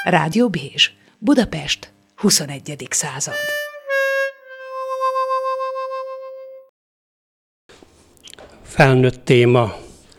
Rádió Bézs, Budapest, 21. század. Felnőtt téma.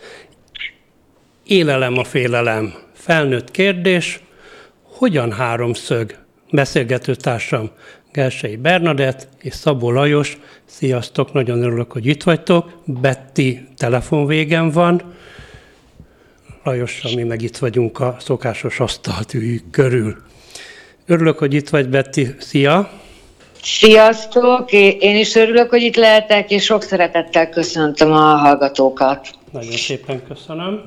Élelem a félelem. Felnőtt kérdés. Hogyan háromszög? Beszélgetőtársam Gelsei Bernadett és Szabó Lajos. Sziasztok, nagyon örülök, hogy itt vagytok. Betty telefonvégen van. Lajossal mi meg itt vagyunk a szokásos asztaltűjük körül. Örülök, hogy itt vagy, Betty. Szia! Sziasztok! Én is örülök, hogy itt lehetek, és sok szeretettel köszöntöm a hallgatókat. Nagyon szépen köszönöm.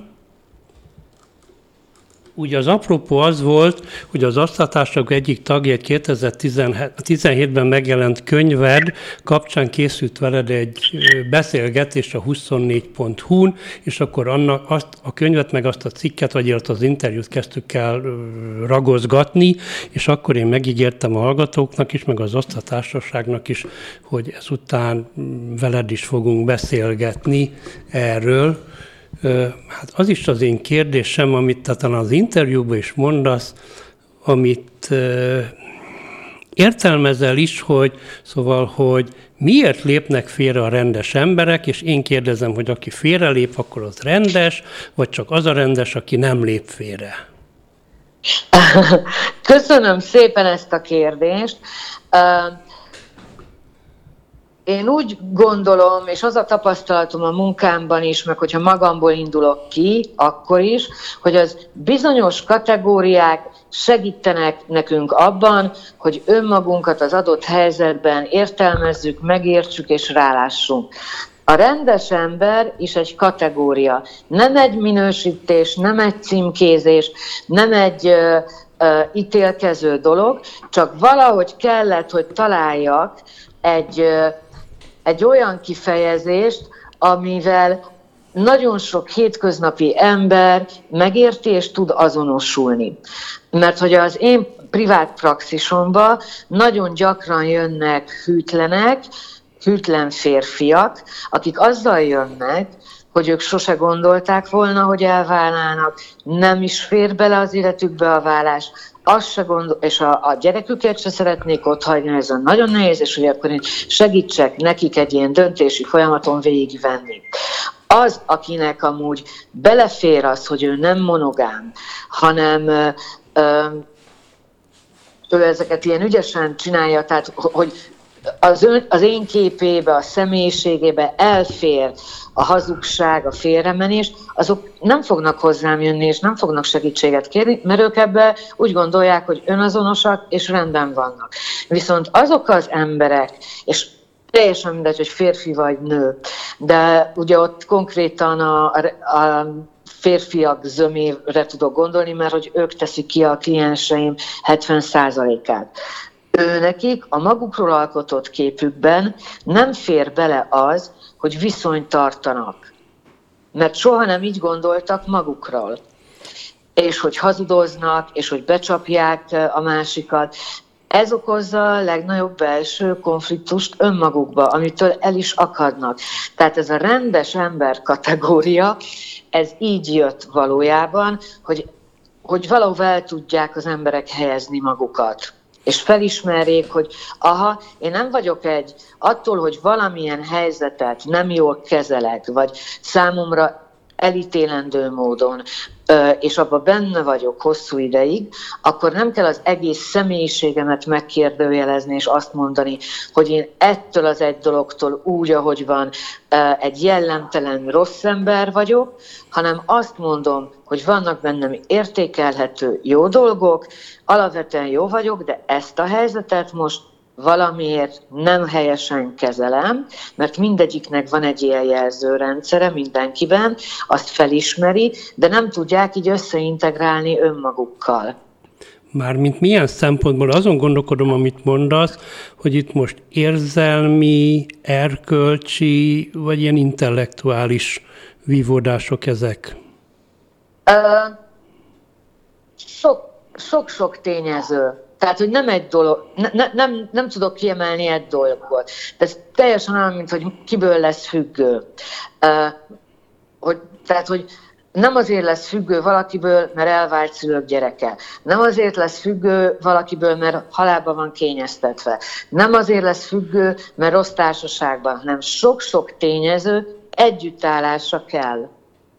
Ugye az apropó az volt, hogy az Asztaltársak egyik tagja egy 2017-ben megjelent könyved kapcsán készült veled egy beszélgetés a 24.hu-n, és akkor azt a könyvet, meg azt a cikket, vagy az interjút kezdtük el ragozgatni, és akkor én megígértem a hallgatóknak is, meg az Asztaltársaságnak is, hogy ezután veled is fogunk beszélgetni erről. Hát az is az én kérdésem, amit te talán az interjúban is mondasz, amit értelmezel is, hogy miért lépnek félre a rendes emberek, és én kérdezem, hogy aki félrelép, akkor az rendes, vagy csak az a rendes, aki nem lép félre? Köszönöm szépen ezt a kérdést. Én úgy gondolom, és az a tapasztalatom a munkámban is, meg hogyha magamból indulok ki, akkor is, hogy az bizonyos kategóriák segítenek nekünk abban, hogy önmagunkat az adott helyzetben értelmezzük, megértsük és rálássunk. A rendes ember is egy kategória. Nem egy minősítés, nem egy címkézés, nem egy ítélkező dolog, csak valahogy kellett, hogy találjak egy olyan kifejezést, amivel nagyon sok hétköznapi ember megérti és tud azonosulni. Mert hogy az én privát praxisomban nagyon gyakran jönnek hűtlen férfiak, akik azzal jönnek, hogy ők sose gondolták volna, hogy elválnának, nem is fér bele az életükbe a válás, azt se és a gyereküket se szeretnék otthagyni, ez nagyon nehéz, és hogy akkor én segítsek nekik egy ilyen döntési folyamaton végigvenni. Az, akinek amúgy belefér az, hogy ő nem monogám, hanem ő ezeket ilyen ügyesen csinálja, tehát hogy az én képébe, a személyiségébe elfér a hazugság, a félremenés, azok nem fognak hozzám jönni, és nem fognak segítséget kérni, mert ők ebben úgy gondolják, hogy önazonosak, és rendben vannak. Viszont azok az emberek, és teljesen mindegy, hogy férfi vagy nő, de ugye ott konkrétan a férfiak zömére tudok gondolni, mert hogy ők teszik ki a klienseim 70%-át. Nekik a magukról alkotott képükben nem fér bele az, hogy viszonyt tartanak. Mert soha nem így gondoltak magukról. És hogy hazudoznak, és hogy becsapják a másikat. Ez okozza a legnagyobb belső konfliktust önmagukba, amitől el is akadnak. Tehát ez a rendes ember kategória, ez így jött valójában, hogy valahol el tudják az emberek helyezni magukat. És felismerjék, hogy én nem vagyok attól, hogy valamilyen helyzetet nem jól kezelek, vagy számomra elítélendő módon, és abban benne vagyok hosszú ideig, akkor nem kell az egész személyiségemet megkérdőjelezni, és azt mondani, hogy én ettől az egy dologtól úgy, ahogy van, egy jellemtelen rossz ember vagyok, hanem azt mondom, hogy vannak bennem értékelhető jó dolgok, alapvetően jó vagyok, de ezt a helyzetet most valamiért nem helyesen kezelem, mert mindegyiknek van egy ilyen jelzőrendszere mindenkiben, azt felismeri, de nem tudják így összeintegrálni önmagukkal. Mármint milyen szempontból azon gondolkodom, amit mondasz, hogy itt most érzelmi, erkölcsi, vagy ilyen intellektuális vívódások ezek? Sok tényező. Tehát, hogy nem egy dolog, nem tudok kiemelni egy dologból. Ez teljesen olyan, mint hogy kiből lesz függő. Tehát, hogy nem azért lesz függő valakiből, mert elvált szülők gyereke. Nem azért lesz függő valakiből, mert halálba van kényeztetve. Nem azért lesz függő, mert rossz társaságban, hanem sok-sok tényező együttállásra kell.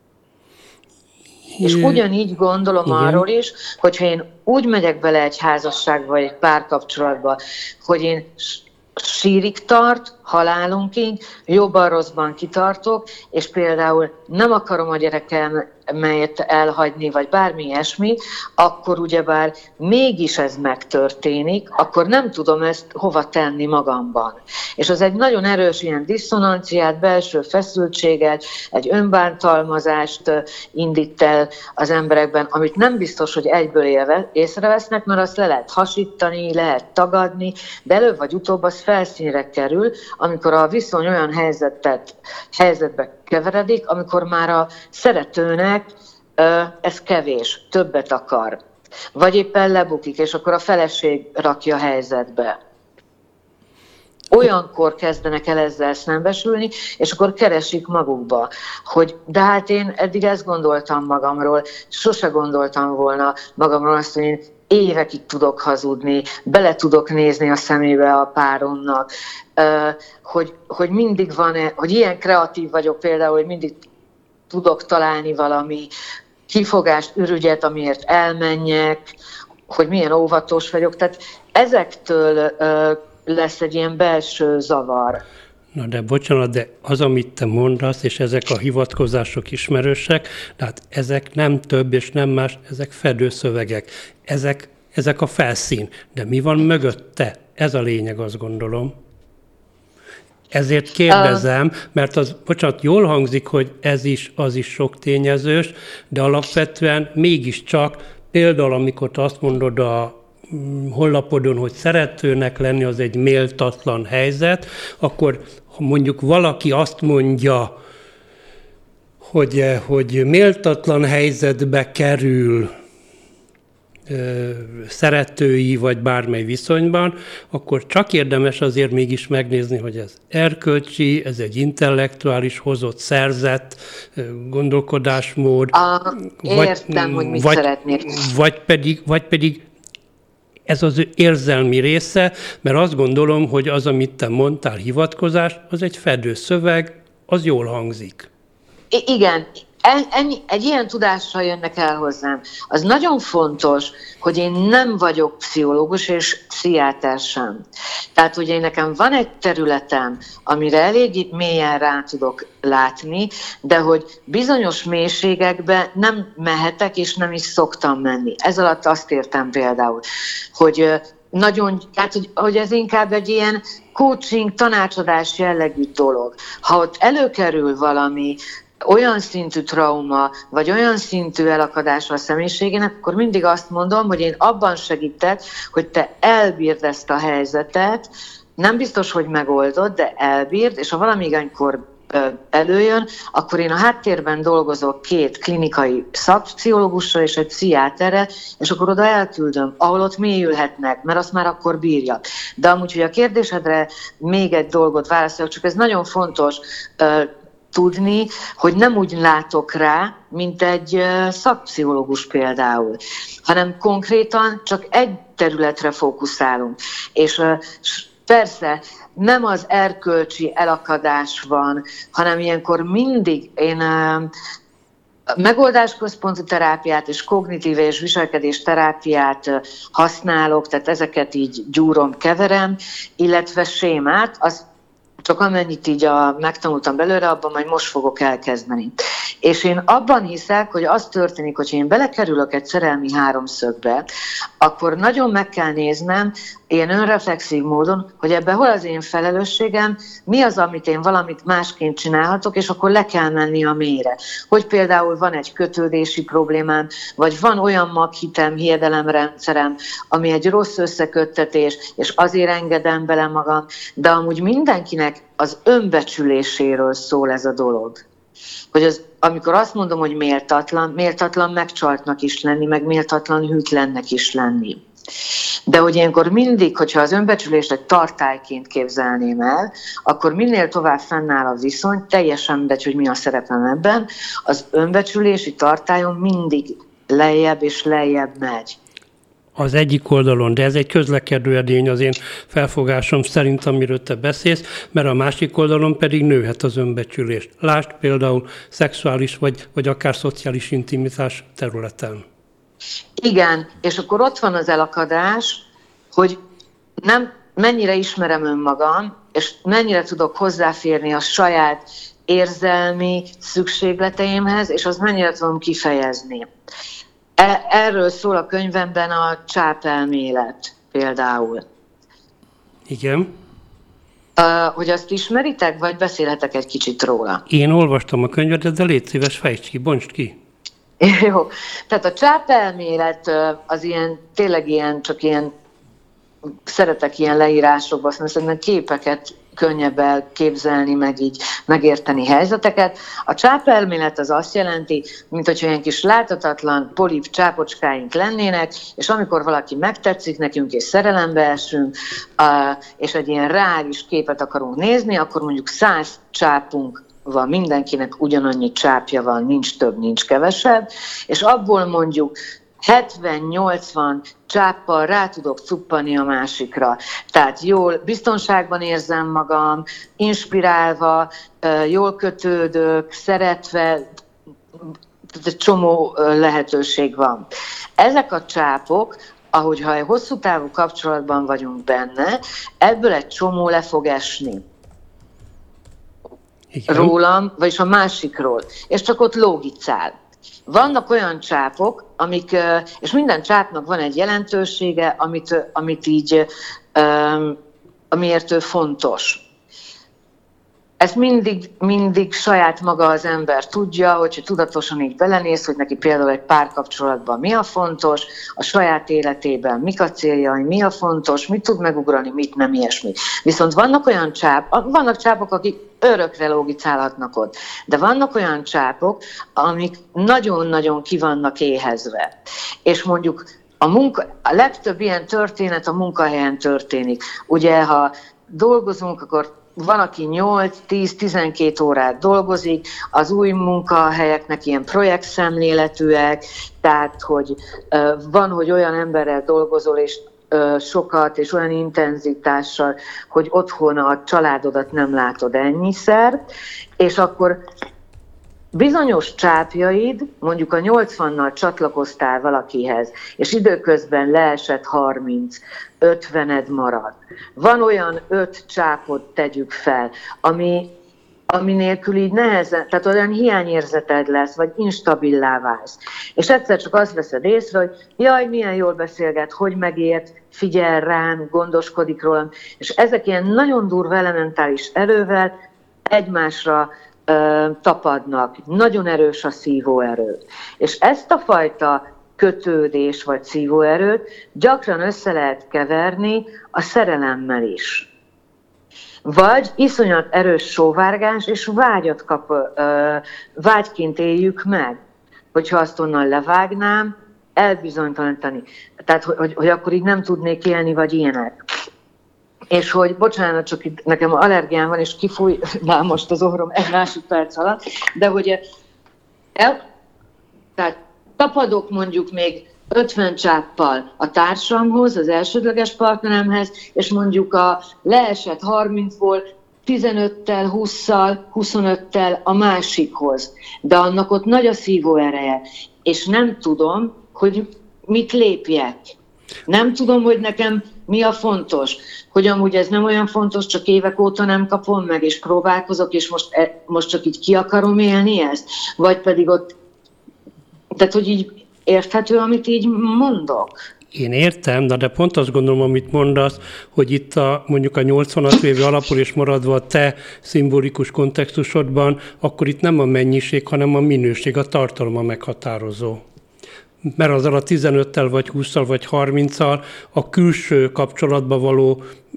És ugyanígy gondolom arról is, hogyha én úgy megyek bele egy házasságba, vagy egy párkapcsolatba, hogy én sírig tart, halálunkig, jobban-rosszban kitartok, és például nem akarom a gyerekemet elhagyni, vagy bármi ilyesmi, akkor ugyebár mégis ez megtörténik, akkor nem tudom ezt hova tenni magamban. És az egy nagyon erős ilyen diszonanciát, belső feszültséget, egy önbántalmazást indít el az emberekben, amit nem biztos, hogy egyből észrevesznek, mert azt le lehet hasítani, lehet tagadni, de előbb vagy utóbb az felszínre kerül, amikor a viszony olyan helyzetbe keveredik, amikor már a szeretőnek ez kevés, többet akar. Vagy éppen lebukik, és akkor a feleség rakja a helyzetbe. Olyankor kezdenek el ezzel szembesülni, és akkor keresik magukba, hogy de hát én eddig ezt gondoltam magamról, sose gondoltam volna magamról azt, hogy én évekig tudok hazudni, bele tudok nézni a szemébe a páromnak, hogy mindig van-e, hogy ilyen kreatív vagyok például, hogy mindig tudok találni valami kifogást, ürügyet, amiért elmenjek, hogy milyen óvatos vagyok. Tehát ezektől lesz egy ilyen belső zavar. Na de bocsánat, de az, amit te mondasz, és ezek a hivatkozások ismerősek, tehát ezek nem több és nem más, ezek fedőszövegek. Ezek a felszín. De mi van mögötte? Ez a lényeg, azt gondolom. Ezért kérdezem, mert az, bocsánat, jól hangzik, hogy ez is, az is sok tényezős, de alapvetően mégiscsak, például amikor azt mondod a honlapodon, hogy szeretőnek lenni az egy méltatlan helyzet, akkor ha mondjuk valaki azt mondja, hogy méltatlan helyzetbe kerül szeretői vagy bármely viszonyban, akkor csak érdemes azért mégis megnézni, hogy ez erkölcsi, ez egy intellektuális, hozott, szerzett gondolkodásmód. Értem, hogy mit szeretnék. Vagy pedig ez az érzelmi része, mert azt gondolom, hogy az, amit te mondtál, hivatkozás, az egy fedőszöveg, az jól hangzik. Igen, egy ilyen tudással jönnek el hozzám. Az nagyon fontos, hogy én nem vagyok pszichológus és pszichiáter sem. Tehát, hogy én nekem van egy területem, amire elég mélyen rá tudok látni, de hogy bizonyos mélységekbe nem mehetek, és nem is szoktam menni. Ez alatt azt értem például, hogy tehát, hogy ez inkább egy ilyen coaching, tanácsadás jellegű dolog. Ha ott előkerül valami olyan szintű trauma, vagy olyan szintű elakadás a személyiségének, akkor mindig azt mondom, hogy én abban segítek, hogy te elbírd ezt a helyzetet, nem biztos, hogy megoldod, de elbírd, és ha valamikor előjön, akkor én a háttérben dolgozok 2 klinikai szakpszichológussal és egy pszichiáterrel, és akkor oda elküldöm, ahol ott mélyülhetnek, mert azt már akkor bírja. De amúgy, hogy a kérdésedre még egy dolgot válaszoljak, csak ez nagyon fontos tudni, hogy nem úgy látok rá, mint egy szakpszichológus például, hanem konkrétan csak egy területre fókuszálunk. És persze nem az erkölcsi elakadás van, hanem ilyenkor mindig én megoldásközpontú terápiát és kognitív és viselkedés terápiát használok, tehát ezeket így gyúrom, keverem, illetve sémát, az csak amennyit így megtanultam belőle, abban majd most fogok elkezdeni. És én abban hiszek, hogy az történik, hogy én belekerülök egy szerelmi háromszögbe, akkor nagyon meg kell néznem, ilyen önreflexív módon, hogy ebben hol az én felelősségem, mi az, amit én valamit másként csinálhatok, és akkor le kell menni a mélyre. Hogy például van egy kötődési problémám, vagy van olyan maghitem, hiedelemrendszerem, ami egy rossz összeköttetés, és azért engedem bele magam, de amúgy mindenkinek az önbecsüléséről szól ez a dolog. Hogy amikor azt mondom, hogy méltatlan megcsaltnak is lenni, meg méltatlan hűtlennek is lenni. De hogy ilyenkor mindig, hogyha az önbecsülést egy tartályként képzelném el, akkor minél tovább fennáll a viszony, teljesen mindegy, hogy mi a szerepem ebben, az önbecsülési tartályon mindig lejjebb és lejjebb megy. Az egyik oldalon, de ez egy közlekedő edény az én felfogásom szerint, amiről te beszélsz, mert a másik oldalon pedig nőhet az önbecsülés. Lásd például szexuális vagy akár szociális intimitás területen. Igen, és akkor ott van az elakadás, hogy nem mennyire ismerem önmagam, és mennyire tudok hozzáférni a saját érzelmi szükségleteimhez, és azt mennyire tudom kifejezni. Erről szól a könyvemben a csápelmélet például. Igen. Hogy azt ismeritek, vagy beszélhetek egy kicsit róla? Én olvastam a könyvedet, de légy szíves, fejtsd ki, bontsd ki. Jó. Tehát a csápelmélet az ilyen, tényleg ilyen, csak ilyen, szeretek ilyen leírásokba, azt mondom, képeket könnyebb elképzelni, meg így megérteni helyzeteket. A csápelmélet az azt jelenti, mint hogyha ilyen kis láthatatlan polip csápocskáink lennének, és amikor valaki megtetszik nekünk, és szerelembe esünk, és egy ilyen reális képet akarunk nézni, akkor mondjuk 100 csápunk van, mindenkinek ugyanannyi csápja van, nincs több, nincs kevesebb, és abból mondjuk 70-80 csáppal rá tudok cuppani a másikra. Tehát jól, biztonságban érzem magam, inspirálva, jól kötődök, szeretve, egy csomó lehetőség van. Ezek a csápok, ahogyha egy hosszú távú kapcsolatban vagyunk benne, ebből egy csomó le fog esni. Igen. Rólam, vagyis a másikról, és csak ott lógicál. Vannak olyan csápok, amik, és minden csápnak van egy jelentősége, amit így, amiért ő fontos. Ezt mindig saját maga az ember tudja, hogyha tudatosan így belenéz, hogy neki például egy párkapcsolatban mi a fontos, a saját életében mik a céljai, mi a fontos, mit tud megugrani, mit nem, ilyesmi. Viszont vannak csápok, akik örökre lógicálhatnak ott, de vannak olyan csápok, amik nagyon-nagyon ki vannak éhezve. És mondjuk a legtöbb ilyen történet a munkahelyen történik. Ugye, ha dolgozunk, akkor van, aki 8-10-12 órát dolgozik, az új munkahelyeknek ilyen projektszemléletűek, tehát hogy van, hogy olyan emberrel dolgozol, és sokat, és olyan intenzitással, hogy otthon a családodat nem látod ennyiszer, és akkor bizonyos csápjaid, mondjuk a 80-nal csatlakoztál valakihez, és időközben leesett 30, 50-ed marad. Van olyan 5 csápot, tegyük fel, ami nélkül így nehezen, tehát olyan hiányérzeted lesz, vagy instabilá válsz. És egyszer csak azt veszed észre, hogy jaj, milyen jól beszélget, hogy megért, figyel rám, gondoskodik rólam, és ezek ilyen nagyon durva elementális erővel egymásra tapadnak. Nagyon erős a szívóerő. És ezt a fajta kötődés vagy szívóerőt gyakran össze lehet keverni a szerelemmel is. Vagy iszonyat erős sóvárgás és vágyat vágyként éljük meg, hogyha azt onnan levágnám, elbizonytalanítani. Tehát, hogy akkor így nem tudnék élni, vagy ilyenek. És hogy, bocsánat, csak itt nekem allergiám van, és kifújnám most az orrom egy másodperc alatt, de hogy tehát tapadok mondjuk még 50 csáppal a társamhoz, az elsődleges partneremhez, és mondjuk a leesett 30-ból 15-tel, 20-szal, 25-tel a másikhoz. De annak ott nagy a szívó ereje, és nem tudom, hogy mit lépjek. Nem tudom, hogy nekem mi a fontos, hogy amúgy ez nem olyan fontos, csak évek óta nem kapom meg, és próbálkozok, és most csak így ki akarom élni ezt, vagy pedig ott, tehát hogy így érthető, amit így mondok? Én értem, de pont azt gondolom, amit mondasz, hogy itt mondjuk a 80-at véve alapul és maradva a te szimbolikus kontextusodban, akkor itt nem a mennyiség, hanem a minőség, a tartalom a meghatározó. Mert azzal a 15-tel, vagy 20-szal, vagy 30-szal a külső kapcsolatba való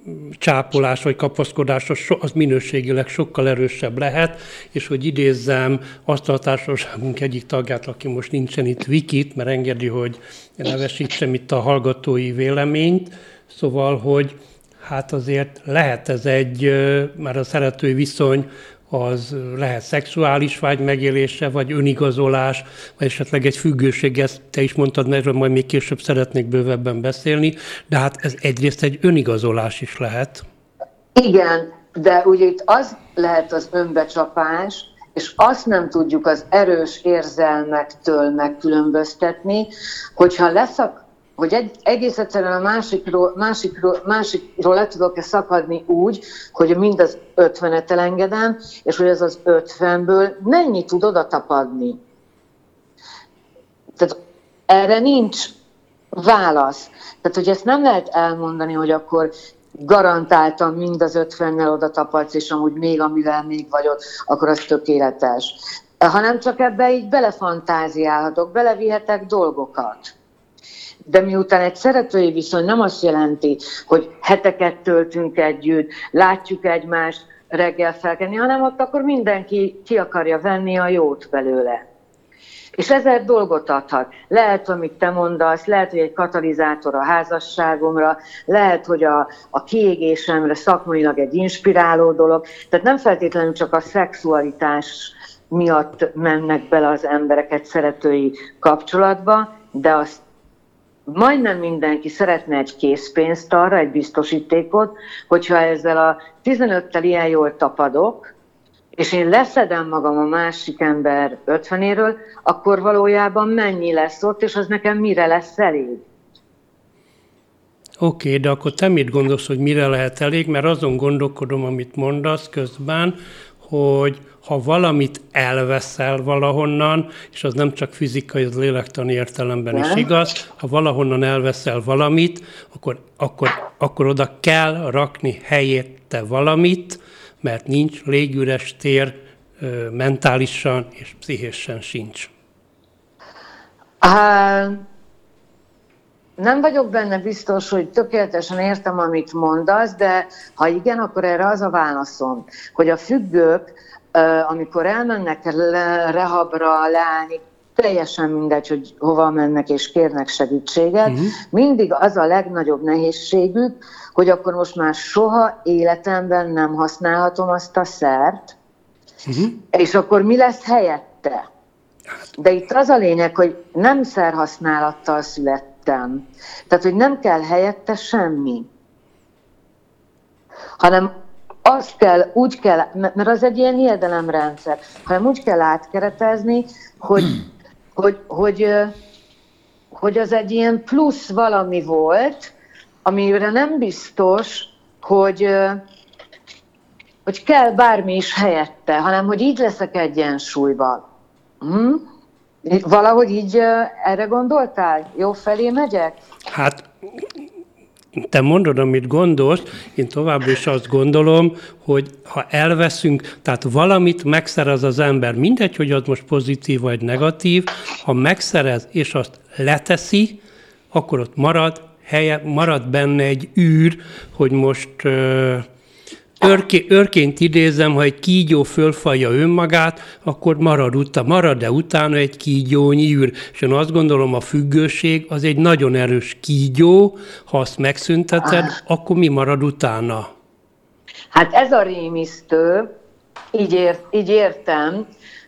csápolás vagy kapaszkodás az minőségileg sokkal erősebb lehet, és hogy idézzem azt a társaságunk egyik tagját, aki most nincsen itt, Vikit, mert engedi, hogy nevesítsem itt a hallgatói véleményt, szóval, hogy hát azért lehet ez már a szeretői viszony, az lehet szexuális vágy megélése, vagy önigazolás, vagy esetleg egy függőség, ezt te is mondtad, mert majd még később szeretnék bővebben beszélni, de hát ez egyrészt egy önigazolás is lehet. Igen, de ugye itt az lehet az önbecsapás, és azt nem tudjuk az erős érzelmektől megkülönböztetni, hogyha hogy egész egyszerűen a másikról le tudok-e szakadni úgy, hogy mind az 50-et elengedem, és hogy az 50-ből mennyit tud oda tapadni. Tehát erre nincs válasz. Tehát, hogy ezt nem lehet elmondani, hogy akkor garantáltan mind az 50-nel oda tapadsz, és amúgy még amivel még vagy ott, akkor az tökéletes. Hanem csak ebbe így belefantáziálhatok, belevihetek dolgokat. De miután egy szeretői viszony nem azt jelenti, hogy heteket töltünk együtt, látjuk egymást reggel felkelni, hanem ott akkor mindenki ki akarja venni a jót belőle. És 1000 dolgot adhat. Lehet, amit te mondasz, lehet, hogy egy katalizátor a házasságomra, lehet, hogy a kiégésemre szakmailag egy inspiráló dolog. Tehát nem feltétlenül csak a szexualitás miatt mennek bele az emberek egy szeretői kapcsolatba, de azt majdnem mindenki szeretne egy készpénzt arra, egy biztosítékot, hogyha ezzel a 15-tel ilyen jól tapadok, és én leszedem magam a másik ember 50-éről, akkor valójában mennyi lesz ott, és az nekem mire lesz elég? Oké, de akkor te mit gondolsz, hogy mire lehet elég? Mert azon gondolkodom, amit mondasz közben, hogy ha valamit elveszel valahonnan, és az nem csak fizikai, az lélektani értelemben is igaz, ha valahonnan elveszel valamit, akkor oda kell rakni helyette valamit, mert nincs légüres tér mentálisan és pszichésen sincs. Nem vagyok benne biztos, hogy tökéletesen értem, amit mondasz, de ha igen, akkor erre az a válaszom, hogy a függők, amikor elmennek rehabra leállni, teljesen mindegy, hogy hova mennek és kérnek segítséget, mindig az a legnagyobb nehézségük, hogy akkor most már soha életemben nem használhatom azt a szert, és akkor mi lesz helyette? De itt az a lényeg, hogy nem szerhasználattal születtem. Tehát, hogy nem kell helyette semmi. Hanem azt kell, úgy kell, mert az egy ilyen hiedelemrendszer, hanem úgy kell átkeretezni, hogy az egy ilyen plusz valami volt, amire nem biztos, hogy kell bármi is helyette, hanem hogy így leszek egyensúlyban. Valahogy így erre gondoltál? Jó felé megyek? Hát, te mondod, amit gondolsz, én továbbra is azt gondolom, hogy ha elveszünk, tehát valamit megszerez az ember, mindegy, hogy az most pozitív vagy negatív, ha megszerez és azt leteszi, akkor ott marad benne egy űr, hogy most őrként idézem, ha egy kígyó fölfalja önmagát, akkor marad-e utána egy kígyónyi űr. És én azt gondolom, a függőség az egy nagyon erős kígyó, ha azt megszünteted, akkor mi marad utána? Hát ez a rémisztő, így értem,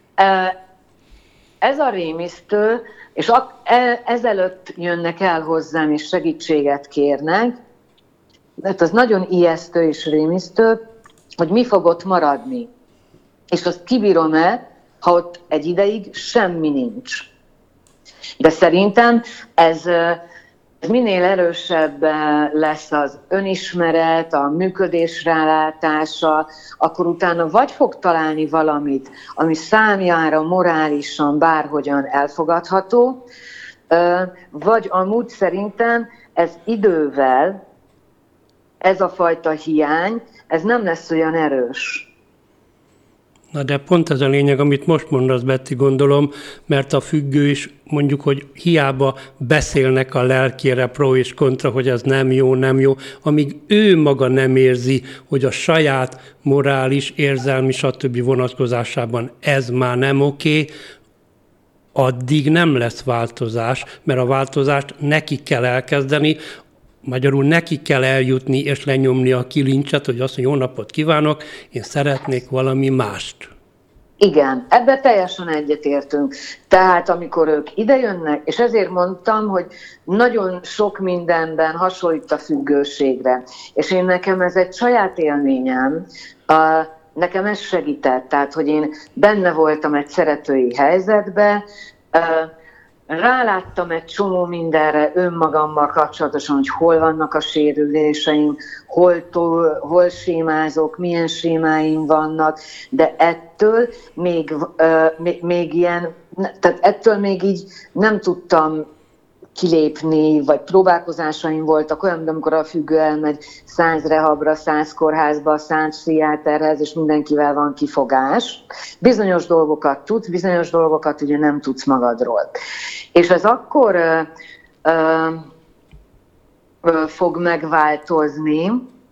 ez a rémisztő, és ezelőtt jönnek el hozzám, és segítséget kérnek, mert az nagyon ijesztő és rémisztő, hogy mi fog ott maradni. És azt kibírom-e, ha ott egy ideig semmi nincs. De szerintem ez minél erősebb lesz az önismeret, a működés rálátása, akkor utána vagy fog találni valamit, ami számjára morálisan bárhogyan elfogadható, vagy amúgy szerintem ez idővel, ez a fajta hiány, ez nem lesz olyan erős. Na de pont ez a lényeg, amit most mondasz, Betty, gondolom, mert a függő is mondjuk, hogy hiába beszélnek a lelkére pro és kontra, hogy ez nem jó, amíg ő maga nem érzi, hogy a saját morális, érzelmi, stb. Vonatkozásában ez már nem oké, addig nem lesz változás, mert a változást neki kell elkezdeni, magyarul neki kell eljutni és lenyomni a kilincset, hogy azt mondja, jó napot kívánok, én szeretnék valami mást. Igen, ebben teljesen egyetértünk. Tehát amikor ők idejönnek, és ezért mondtam, hogy nagyon sok mindenben hasonlít a függőségre. És nekem ez egy saját élményem, nekem ez segített, tehát hogy én benne voltam egy szeretői helyzetbe, ráláttam egy csomó mindenre önmagammal kapcsolatosan, hogy hol vannak a sérüléseim, hol sémázok, milyen sémáim vannak, de ettől még ilyen, tehát ettől még így nem tudtam kilépni, vagy próbálkozásaim voltak olyan, amikor a függő elmegy 100 rehabra, 100 kórházba, 100 pszichiáterhez, és mindenkivel van kifogás. Bizonyos dolgokat tudsz, bizonyos dolgokat ugye nem tudsz magadról. És ez akkor fog megváltozni,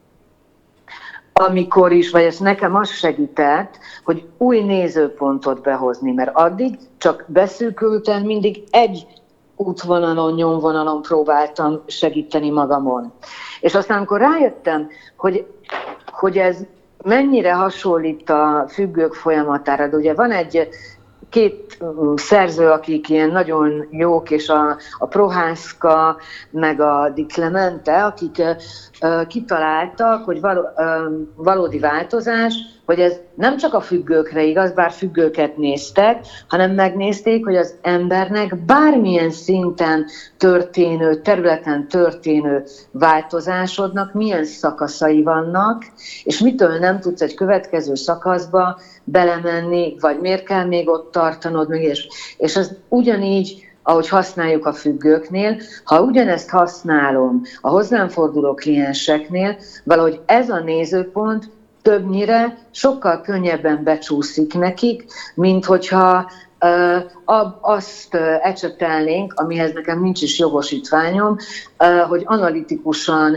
amikor is, vagy ez nekem az segített, hogy új nézőpontot behozni, mert addig csak beszűkülten mindig egy útvonalon, nyomvonalon próbáltam segíteni magamon. És aztán, amikor rájöttem, hogy ez mennyire hasonlít a függők folyamatára, de ugye van két szerző, akik ilyen nagyon jók, és a Prohászka, meg a Di Clemente, akik kitaláltak, hogy valódi változás, hogy ez nem csak a függőkre igaz, bár függőket néztek, hanem megnézték, hogy az embernek bármilyen szinten területen történő változásodnak milyen szakaszai vannak, és mitől nem tudsz egy következő szakaszba belemenni, vagy miért kell még ott tartanod, és ez ugyanígy, ahogy használjuk a függőknél, ha ugyanezt használom a hozzám forduló klienseknél, valahogy ez a nézőpont többnyire sokkal könnyebben becsúszik nekik, mint hogyha azt ecsetelnénk, amihez nekem nincs is jogosítványom, hogy analitikusan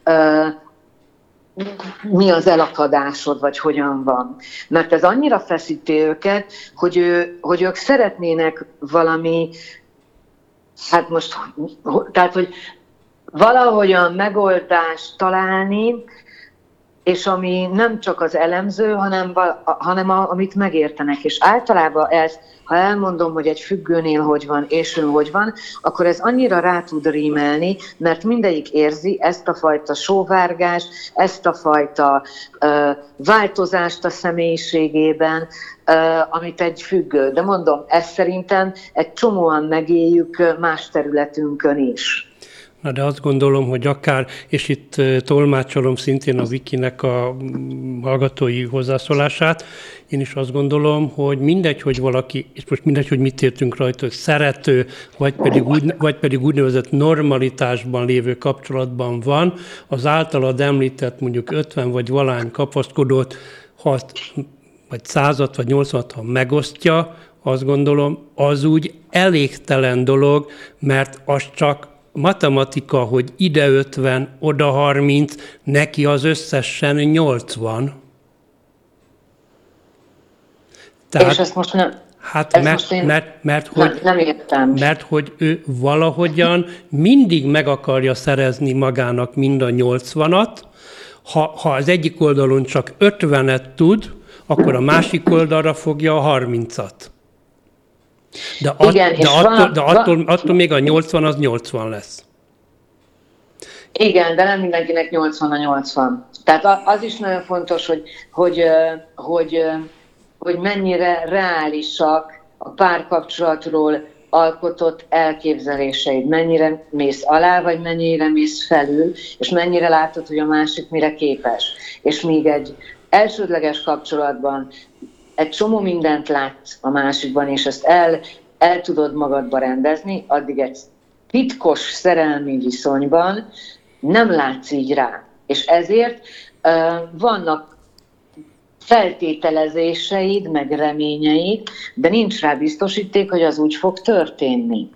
mi az elakadásod, vagy hogyan van. Mert ez annyira feszíti őket, hogy ők szeretnének valami, hát most, tehát, hogy valahogyan megoldást találni, és ami nem csak az elemző, hanem amit megértenek. És általában ha elmondom, hogy egy függőnél hogy van, és ön hogy van, akkor ez annyira rá tud rímelni, mert mindegyik érzi ezt a fajta sóvárgást, ezt a fajta változást a személyiségében, amit egy függő. De mondom, ezt szerintem egy csomóan megéljük más területünkön is. Na de azt gondolom, hogy akár, és itt tolmácsolom szintén a Vikinek a hallgatói hozzászólását, én is azt gondolom, hogy mindegy, hogy valaki, és most mindegy, hogy mit értünk rajta, hogy szerető, vagy pedig úgynevezett normalitásban lévő kapcsolatban van, az általad említett mondjuk 50 vagy valány kapaszkodót, vagy 100-at vagy 80-at, ha megosztja, azt gondolom, az úgy elégtelen dolog, mert az csak matematika, hogy ide 50, oda 30, neki az összesen 80. Tehát, és ezt most nem... Hát nem értem. Mert hogy ő valahogyan mindig meg akarja szerezni magának mind a 80-at, ha az egyik oldalon csak 50-et tud, akkor a másik oldalra fogja a 30-at. De attól még a 80 az 80 lesz. Igen, de nem mindenkinek 80 a 80. Tehát az is nagyon fontos, hogy mennyire reálisak a párkapcsolatról alkotott elképzeléseid. Mennyire mész alá, vagy mennyire mész felül, és mennyire látod, hogy a másik mire képes. És még egy elsődleges kapcsolatban egy csomó mindent látsz a másikban, és ezt el tudod magadba rendezni, addig egy titkos szerelmi viszonyban nem látsz így rá. És ezért vannak feltételezéseid, meg reményeid, de nincs rá biztosíték, hogy az úgy fog történni.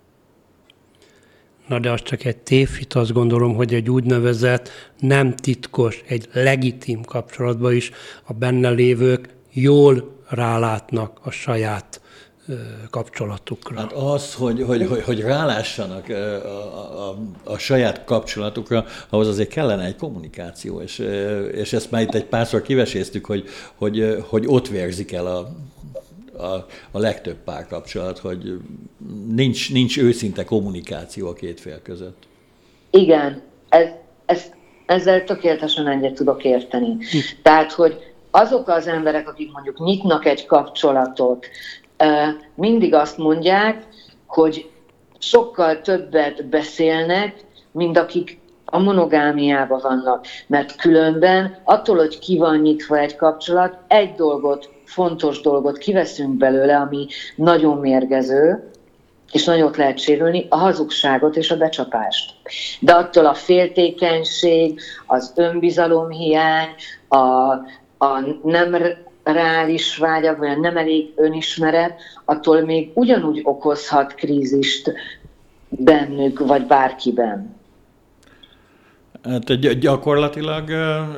Na de az csak egy tévhit, azt gondolom, hogy egy úgynevezett nem titkos, egy legitim kapcsolatban is a benne lévők jól rálátnak a saját kapcsolatukra. Hát az, hogy rálássanak a saját kapcsolatukra, ahhoz azért kellene egy kommunikáció, és ezt már itt egy párszor kiveséztük, hogy ott vérzik el a legtöbb párkapcsolat, hogy nincs őszinte kommunikáció a két fél között. Igen, ezzel tökéletesen egyet tudok érteni. Tehát, hogy azok az emberek, akik mondjuk nyitnak egy kapcsolatot, mindig azt mondják, hogy sokkal többet beszélnek, mint akik a monogámiában vannak. Mert különben attól, hogy ki van nyitva egy kapcsolat, egy dolgot, fontos dolgot kiveszünk belőle, ami nagyon mérgező, és nagyot lehet sérülni, a hazugságot és a becsapást. De attól a féltékenység, az önbizalomhiány, a nem reális vágyak, vagy a nem elég önismeret, attól még ugyanúgy okozhat krízist bennük, vagy bárkiben. Hát gyakorlatilag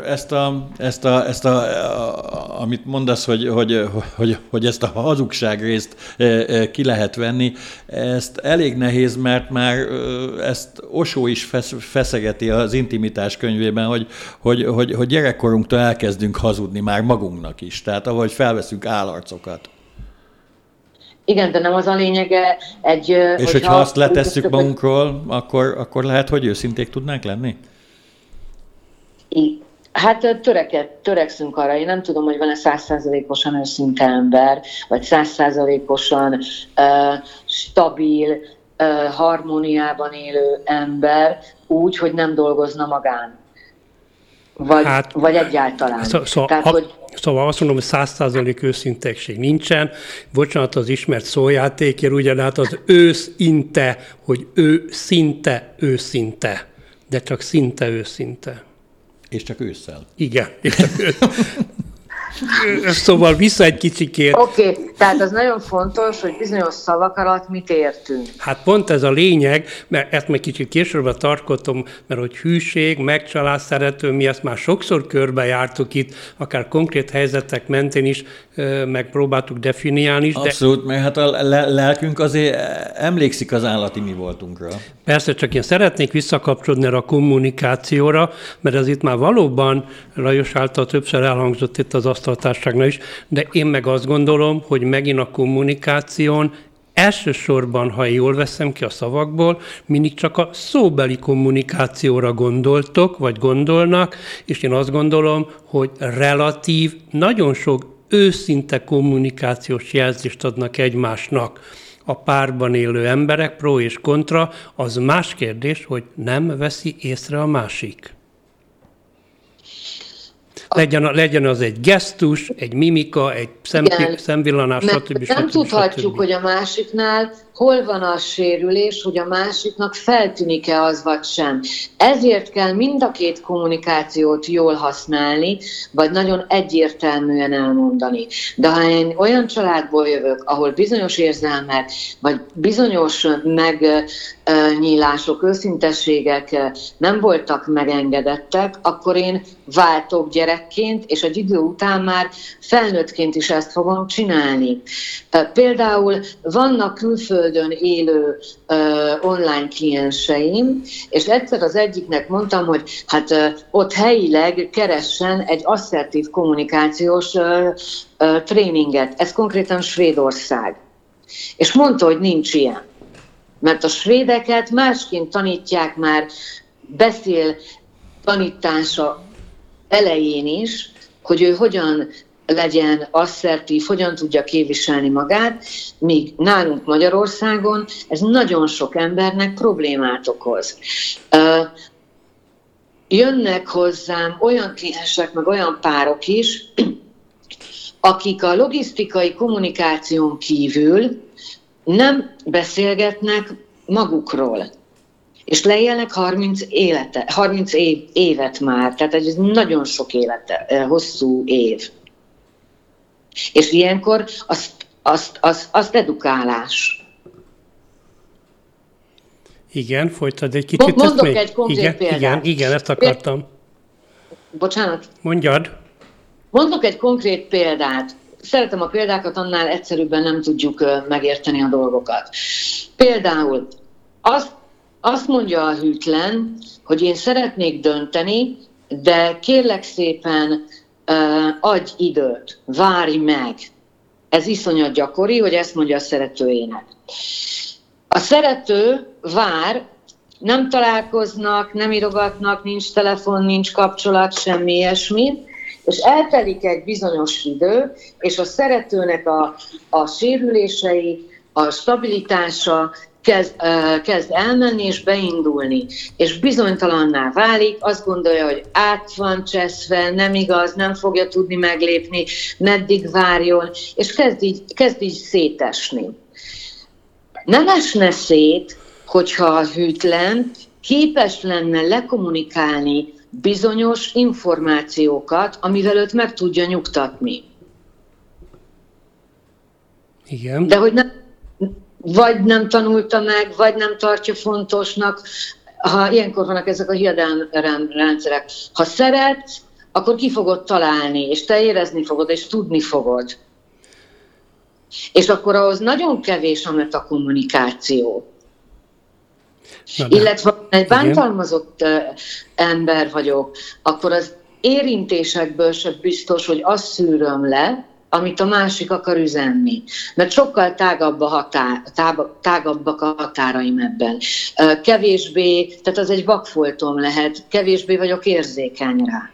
amit mondasz, hogy ezt a hazugság részt ki lehet venni, ezt elég nehéz, mert már ezt Osho is feszegeti az Intimitás könyvében, hogy gyerekkorunktól elkezdünk hazudni már magunknak is, tehát ahogy felveszünk állarcokat. Igen, de nem az a lényege és hogyha azt letesszük magunkról, akkor lehet, hogy őszinték tudnánk lenni? Hát törekszünk arra, én nem tudom, hogy van-e 100%-osan őszinte ember, vagy 100%-osan stabil, harmóniában élő ember úgy, hogy nem dolgozna magán. Vagy egyáltalán. Szóval azt mondom, hogy 100% őszintegség nincsen. Bocsánat az ismert szójátékért, ugyanát az őszinte, hogy ő szinte őszinte, de csak szinte őszinte. És csak ősszel. Igen. Szóval vissza egy kicsikét. Oké, tehát az nagyon fontos, hogy bizonyos szavak alatt mit értünk. Hát pont ez a lényeg, mert ezt meg kicsit később tartottam, mert hogy hűség, megcsalás, szerető, mi ezt már sokszor körbejártuk itt, akár konkrét helyzetek mentén is megpróbáltuk definiálni is. Abszolút, mert hát a lelkünk azért emlékszik az állati mi voltunkra. Persze, csak én szeretnék visszakapcsolódni a kommunikációra, mert ez itt már valóban Lajos által többször elhangzott itt az asztaltárságnál is, de én meg azt gondolom, hogy megint a kommunikáción elsősorban, ha jól veszem ki a szavakból, mindig csak a szóbeli kommunikációra gondoltok, vagy gondolnak, és én azt gondolom, hogy relatív, nagyon sok őszinte kommunikációs jelzést adnak egymásnak a párban élő emberek, pro és kontra, az más kérdés, hogy nem veszi észre a másik. Legyen az egy gesztus, egy mimika, egy szemvillanás, stb. Nem tudhatjuk, hogy a másiknál hol van a sérülés, hogy a másiknak feltűnik-e az vagy sem. Ezért kell mind a két kommunikációt jól használni, vagy nagyon egyértelműen elmondani. De ha én olyan családból jövök, ahol bizonyos érzelmek, vagy bizonyos megnyílások, őszintességek nem voltak megengedettek, akkor én váltok gyerekként, és egy idő után már felnőttként is ezt fogom csinálni. Például vannak külföldön élő online klienseim, és egyszer az egyiknek mondtam, hogy hát ott helyileg keressen egy asszertív kommunikációs tréninget. Ez konkrétan Svédország. És mondta, hogy nincs ilyen. Mert a svédeket másként tanítják már beszél tanítása elején is, hogy ő hogyan legyen asszertív, hogyan tudja képviselni magát, míg nálunk Magyarországon ez nagyon sok embernek problémát okoz. Jönnek hozzám olyan kliensek, meg olyan párok is, akik a logisztikai kommunikáción kívül nem beszélgetnek magukról. És leélnek 30 évet már, tehát ez nagyon sok hosszú év. És ilyenkor azt edukálás. Igen, folytad egy kicsit. Mondok egy konkrét példát. Igen, ezt akartam. Bocsánat. Mondjad. Mondok egy konkrét példát. Szeretem a példákat, annál egyszerűbben nem tudjuk megérteni a dolgokat. Például azt mondja a hűtlen, hogy én szeretnék dönteni, de kérlek szépen adj időt, várj meg. Ez iszonyat gyakori, hogy ezt mondja a szeretőjének. A szerető vár, nem találkoznak, nem írogatnak, nincs telefon, nincs kapcsolat, semmi ilyesmi, és eltelik egy bizonyos idő, és a szeretőnek a sérülései, a stabilitása kezd elmenni és beindulni, és bizonytalanná válik, azt gondolja, hogy át van cseszve, nem igaz, nem fogja tudni meglépni, meddig várjon, és kezd így szétesni. Nem esne szét, hogyha a hűtlen képes lenne lekommunikálni bizonyos információkat, amivel őt meg tudja nyugtatni. Igen. De hogy vagy nem tanulta meg, vagy nem tartja fontosnak, ilyenkor vannak ezek a hiedelmrendszerek. Ha szeretsz, akkor ki fogod találni, és te érezni fogod, és tudni fogod. És akkor ahhoz nagyon kevés a metakommunikáció. Illetve ha egy bántalmazott ember vagyok, akkor az érintésekből sem biztos, hogy azt szűröm le, amit a másik akar üzenni. Mert sokkal tágabbak a határaim ebben. Kevésbé, tehát az egy vakfoltom lehet, kevésbé vagyok érzékeny rá.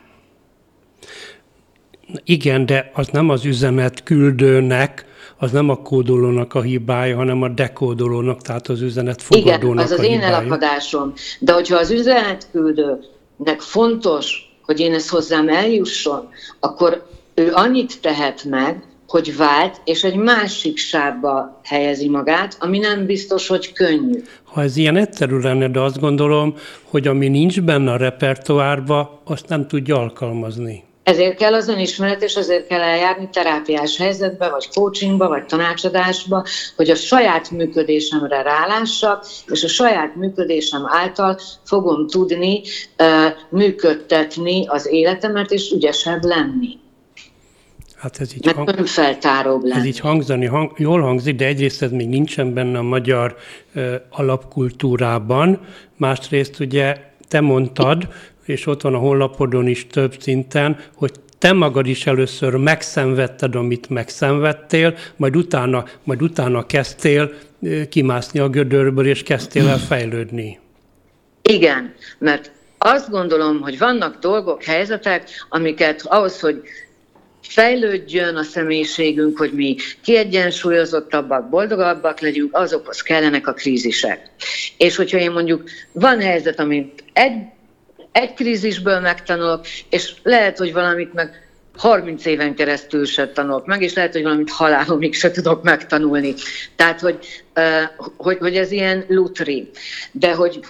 Igen, de az nem az üzenet küldőnek, az nem a kódolónak a hibája, hanem a dekódolónak, tehát az üzenet fogadónak a hibája. Igen, az én elakadásom. De hogyha az üzenetküldőnek fontos, hogy én ezt hozzám eljusson, akkor ő annyit tehet meg, hogy vált, és egy másik sávba helyezi magát, ami nem biztos, hogy könnyű. Ha ez ilyen egyszerű lenne, de azt gondolom, hogy ami nincs benne a repertoárba, azt nem tudja alkalmazni. Ezért kell az önismeret, és ezért kell eljárni terápiás helyzetbe, vagy coachingba, vagy tanácsadásba, hogy a saját működésemre rálássak, és a saját működésem által fogom tudni működtetni az életemet, és ügyesebb lenni. Hát ez így, ez így jól hangzik, de egyrészt ez még nincsen benne a magyar alapkultúrában, másrészt ugye te mondtad, és ott van a honlapodon is több szinten, hogy te magad is először megszenvedted, amit megszenvedtél, majd utána kezdtél kimászni a gödörből, és kezdtél el fejlődni. Igen, mert azt gondolom, hogy vannak dolgok, helyzetek, amiket ahhoz, hogy fejlődjön a személyiségünk, hogy mi kiegyensúlyozottabbak, boldogabbak legyünk, azokhoz kellenek a krízisek. És hogyha én mondjuk van helyzet, amit egy krízisből megtanulok, és lehet, hogy valamit meg 30 éven keresztül se tanulok meg, és lehet, hogy valamit halálomig se tudok megtanulni. Tehát, hogy ez ilyen lutri. De hogy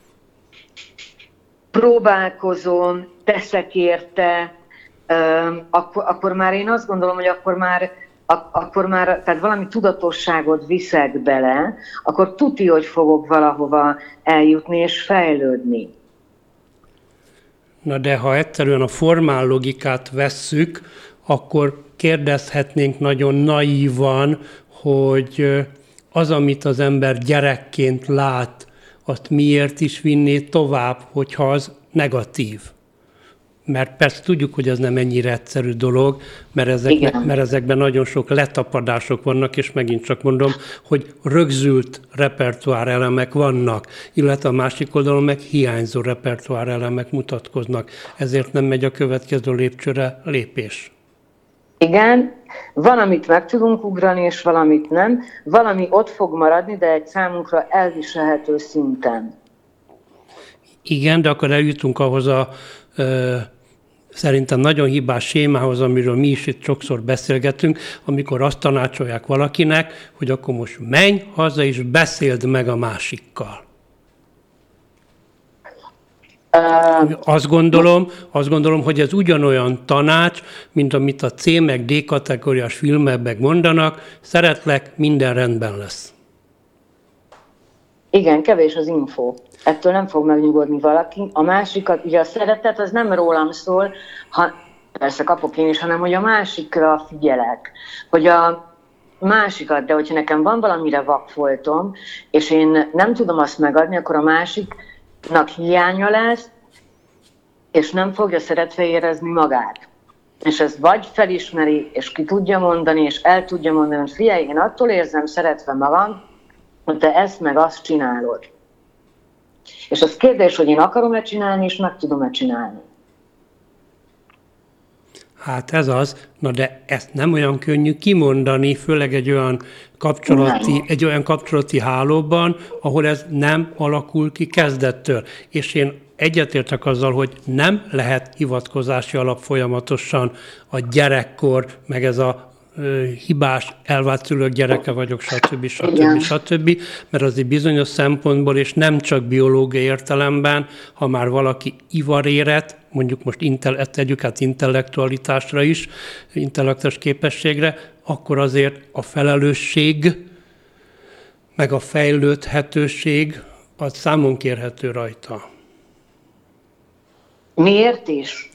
próbálkozom, teszek érte, akkor már én azt gondolom, hogy akkor már tehát valami tudatosságot viszek bele, akkor tuti, hogy fogok valahova eljutni és fejlődni. Na de ha egyszerűen a formál logikát vesszük, akkor kérdezhetnénk nagyon naívan, hogy az, amit az ember gyerekként lát, azt miért is vinné tovább, hogyha az negatív. Mert persze tudjuk, hogy ez nem ennyire egyszerű dolog, mert ezekben nagyon sok letapadások vannak, és megint csak mondom, hogy rögzült repertoár elemek vannak, illetve a másik oldalon meg hiányzó repertoár elemek mutatkoznak. Ezért nem megy a következő lépcsőre lépés. Igen, van, amit meg tudunk ugrani, és valamit nem. Valami ott fog maradni, de egy számunkra elviselhető szinten. Igen, de akkor eljutunk ahhoz a szerintem nagyon hibás sémához, amiről mi is itt sokszor beszélgetünk, amikor azt tanácsolják valakinek, hogy akkor most menj haza és beszéld meg a másikkal. Azt gondolom, hogy ez ugyanolyan tanács, mint amit a C meg D kategóriás filmekben mondanak, szeretlek, minden rendben lesz. Igen, kevés az info. Ettől nem fog megnyugodni valaki. A másikat, ugye a szeretet az nem rólam szól, persze kapok én is, hanem hogy a másikra figyelek. Hogy a másikat, de hogyha nekem van valamire vakfoltom, és én nem tudom azt megadni, akkor a másiknak hiánya lesz, és nem fogja szeretve érezni magát. És ezt vagy felismeri, és ki tudja mondani, és el tudja mondani, hogy figyelj, én attól érzem szeretve magam, hogy te ezt meg azt csinálod. És az kérdés, hogy én akarom-e csinálni, és meg tudom-e csinálni. Hát ez az, na de ezt nem olyan könnyű kimondani, főleg egy olyan kapcsolati hálóban, ahol ez nem alakul ki kezdettől. És én egyetértek azzal, hogy nem lehet hivatkozási alap folyamatosan a gyerekkor, meg ez a hibás, elvált szülők gyereke vagyok, stb., mert az egy bizonyos szempontból, és nem csak biológiai értelemben, ha már valaki ivarérett, mondjuk most tegyük át intellektualitásra is, intellektuális képességre, akkor azért a felelősség, meg a fejlődhetőség az számon kérhető rajta. Miért is?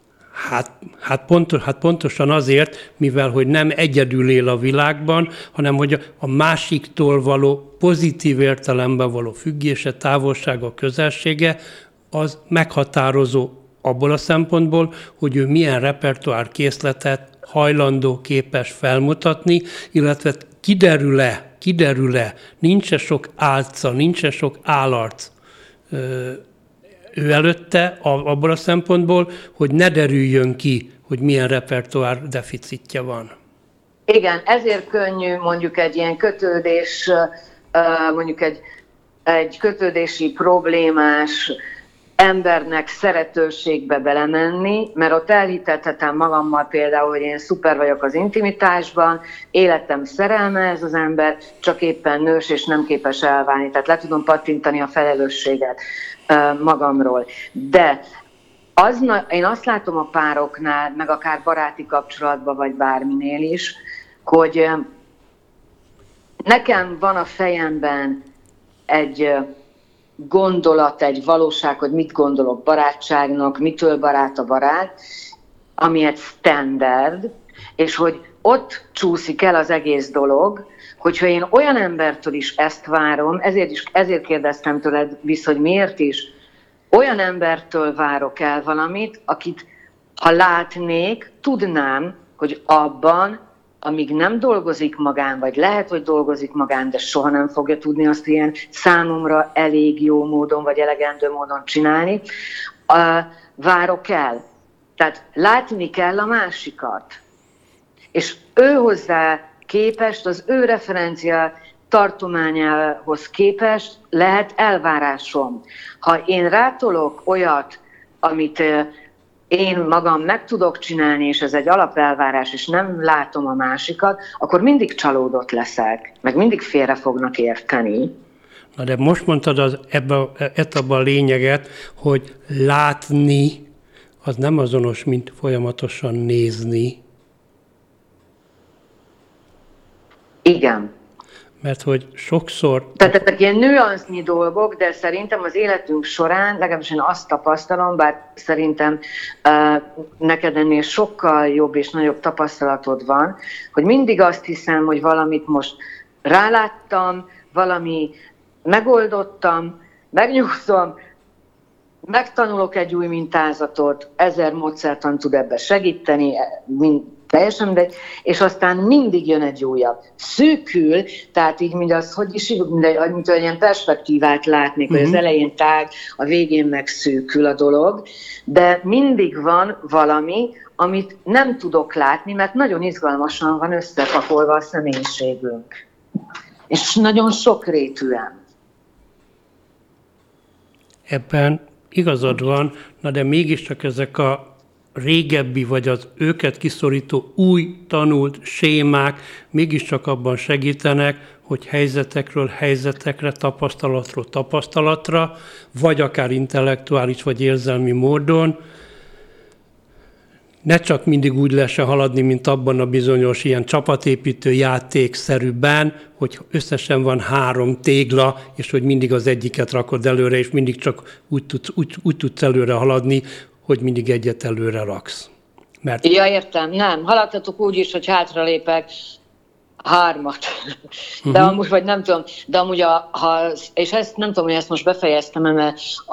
Hát pontosan azért, mivel hogy nem egyedül él a világban, hanem hogy a másiktól való pozitív értelemben való függése, távolsága, közelsége, az meghatározó abból a szempontból, hogy ő milyen repertoárkészletet hajlandó, képes felmutatni, illetve kiderül-e, nincs-e sok álca, nincs-e sok állarc ő előtte abból a szempontból, hogy ne derüljön ki, hogy milyen repertoár deficitje van. Igen, ezért könnyű mondjuk egy ilyen kötődés, mondjuk egy kötődési problémás embernek szeretőségbe belemenni, mert ott elhitettem magammal például, hogy én szuper vagyok az intimitásban, életem szerelme ez az ember, csak éppen nős és nem képes elválni, tehát le tudom pattintani a felelősséget magamról. De én azt látom a pároknál, meg akár baráti kapcsolatban, vagy bárminél is, hogy nekem van a fejemben egy gondolat, egy valóság, hogy mit gondolok barátságnak, mitől barát a barát, ami egy standard, és hogy ott csúszik el az egész dolog, hogyha én olyan embertől is ezt várom, ezért kérdeztem tőled vissza, hogy miért is, olyan embertől várok el valamit, akit ha látnék, tudnám, hogy abban, amíg nem dolgozik magán, vagy lehet, hogy dolgozik magán, de soha nem fogja tudni azt ilyen számomra elég jó módon, vagy elegendő módon csinálni, várok el. Tehát látni kell a másikat. És ő hozzá képest, az ő referencia tartományához képest lehet elvárásom. Ha én rátolok olyat, amit én magam meg tudok csinálni, és ez egy alapelvárás, és nem látom a másikat, akkor mindig csalódott leszek, meg mindig félre fognak érteni. Na de most mondtad abban a lényeget, hogy látni az nem azonos, mint folyamatosan nézni. Igen. Mert hogy sokszor... Tehát ezek ilyen nüansznyi dolgok, de szerintem az életünk során, legalábbis én azt tapasztalom, bár szerintem neked ennél sokkal jobb és nagyobb tapasztalatod van, hogy mindig azt hiszem, hogy valamit most ráláttam, valami megoldottam, megnyugszom, megtanulok egy új mintázatot, 1000 módszertan tud ebbe segíteni, teljesen mindegy, és aztán mindig jön egy újabb. Szűkül, tehát így mindaz, hogy is mint egy ilyen perspektívát látnék, hogy az elején tág, a végén meg szűkül a dolog, de mindig van valami, amit nem tudok látni, mert nagyon izgalmasan van összepakolva a személyiségünk. És nagyon sokrétűen. Ebben igazad van, na de mégiscsak ezek a régebbi, vagy az őket kiszorító új tanult sémák mégiscsak abban segítenek, hogy helyzetekre, tapasztalatról tapasztalatra, vagy akár intellektuális, vagy érzelmi módon ne csak mindig úgy lehessen haladni, mint abban a bizonyos ilyen csapatépítő játékszerűben, hogy összesen van 3 tégla, és hogy mindig az egyiket rakod előre, és mindig csak úgy tudsz előre haladni, hogy mindig egyet előre raksz. Ja, értem, nem. Haladhatok úgy is, hogy hátralépek 3. De amúgy, vagy nem tudom, de amúgy, és ezt nem tudom, hogy ezt most befejeztem,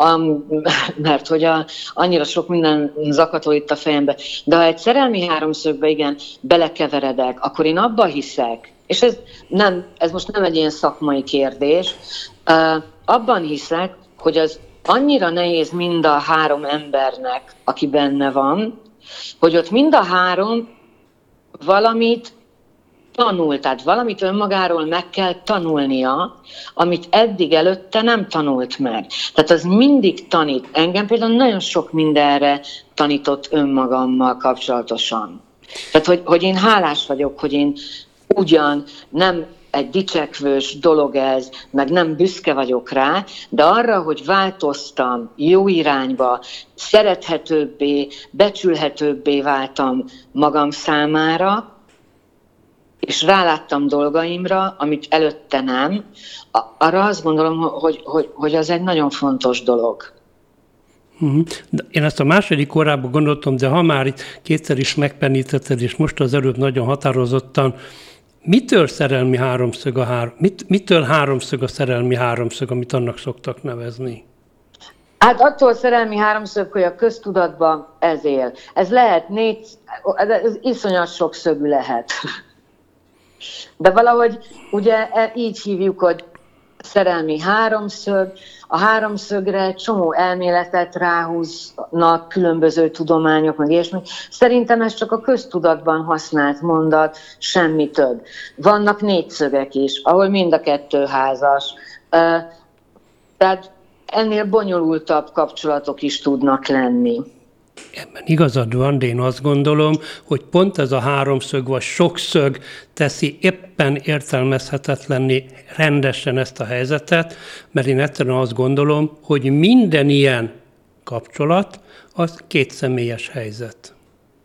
mert hogy annyira sok minden zakatol itt a fejembe, de ha egy szerelmi háromszögbe igen belekeveredek, akkor én abba hiszek, és ez most nem egy ilyen szakmai kérdés, abban hiszek, hogy az annyira nehéz mind a 3 embernek, aki benne van, hogy ott mind a 3 valamit tanul, tehát valamit önmagáról meg kell tanulnia, amit eddig előtte nem tanult meg. Tehát az mindig tanít. Engem például nagyon sok mindenre tanított önmagammal kapcsolatosan. Tehát, hogy én hálás vagyok, hogy én ugyan nem egy dicsekvős dolog ez, meg nem büszke vagyok rá, de arra, hogy változtam jó irányba, szerethetőbbé, becsülhetőbbé váltam magam számára, és ráláttam dolgaimra, amit előtte nem, arra azt gondolom, hogy az egy nagyon fontos dolog. De én ezt a második órában gondoltam, de ha már itt kétszer is megpenítetted, és most az előbb nagyon határozottan, mitől szerelmi háromszög mitől háromszög a szerelmi háromszög, amit annak szoktak nevezni? Hát attól szerelmi háromszög, hogy a köztudatban ez él. Ez lehet ez iszonyat sok szögű lehet. De valahogy ugye így hívjuk, hogy szerelmi háromszög. A háromszögre egy csomó elméletet ráhúznak különböző tudományok, meg ilyesmi. Szerintem ez csak a köztudatban használt mondat, semmi több. Vannak 4 szögek is, ahol mind a 2 házas. Tehát ennél bonyolultabb kapcsolatok is tudnak lenni. Ebben igazad van, de én azt gondolom, hogy pont ez a háromszög vagy sokszög teszi éppen értelmezhetetlenné rendesen ezt a helyzetet, mert én egyszerűen azt gondolom, hogy minden ilyen kapcsolat az kétszemélyes helyzet.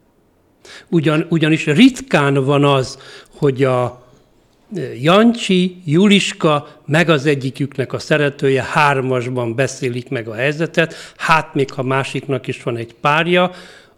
Ugyanis ritkán van az, hogy a Jancsi, Juliska, meg az egyiküknek a szeretője 3-asban beszélik meg a helyzetet, hát még ha másiknak is van egy párja,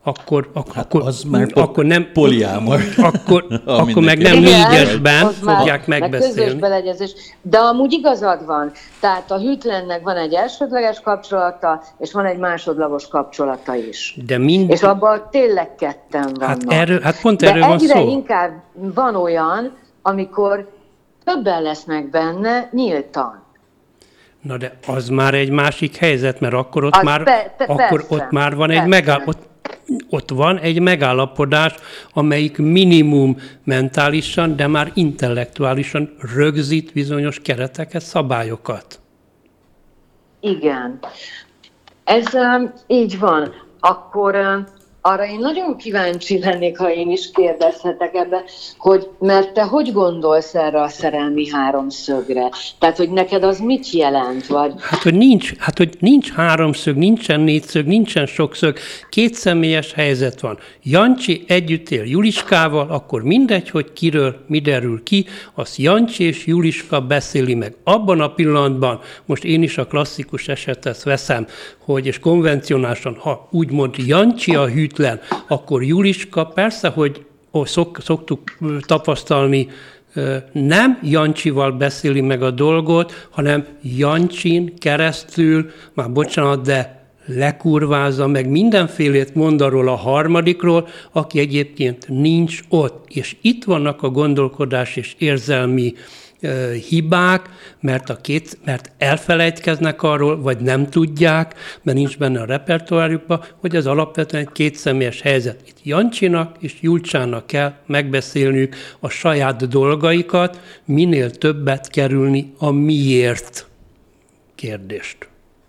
akkor nem poliámor. Akkor meg nem 4-esben fogják megbeszélni. Beleegyezés. De amúgy igazad van. Tehát a hűtlennek van egy elsődleges kapcsolata, és van egy másodlagos kapcsolata is. És abban tényleg 2 vannak. Hát pont erről van szó. De egyre inkább van olyan, amikor többen lesznek benne nyíltan. Na de az már egy másik helyzet, mert akkor ott már van ott van egy megállapodás, amelyik minimum mentálisan, de már intellektuálisan rögzít bizonyos kereteket, szabályokat. Igen. Ez így van. Akkor arra én nagyon kíváncsi lennék, ha én is kérdezhetek ebbe, mert te hogy gondolsz erre a szerelmi háromszögre? Tehát, hogy neked az mit jelent? Vagy? hogy nincs háromszög, nincsen 4-szög, nincsen sokszög, kétszemélyes helyzet van. Jancsi együtt él Juliskával, akkor mindegy, hogy kiről mi derül ki, azt Jancsi és Juliska beszéli meg. Abban a pillanatban, most én is a klasszikus esetet veszem, és konvencionálisan, ha úgymond Jancsi a hűtlen, akkor Juliska persze, hogy szoktuk tapasztalni, nem Jancsival beszéli meg a dolgot, hanem Jancsin keresztül, már bocsánat, de lekurvázza meg mindenfélét mond arról a harmadikról, aki egyébként nincs ott. És itt vannak a gondolkodás és érzelmi hibák, mert elfelejtkeznek arról, vagy nem tudják, mert nincs benne a repertoárjukban, hogy ez alapvetően egy kétszemélyes helyzet. Itt Jancsinak és Julcsának kell megbeszélniük a saját dolgaikat, minél többet kerülni a miért kérdést.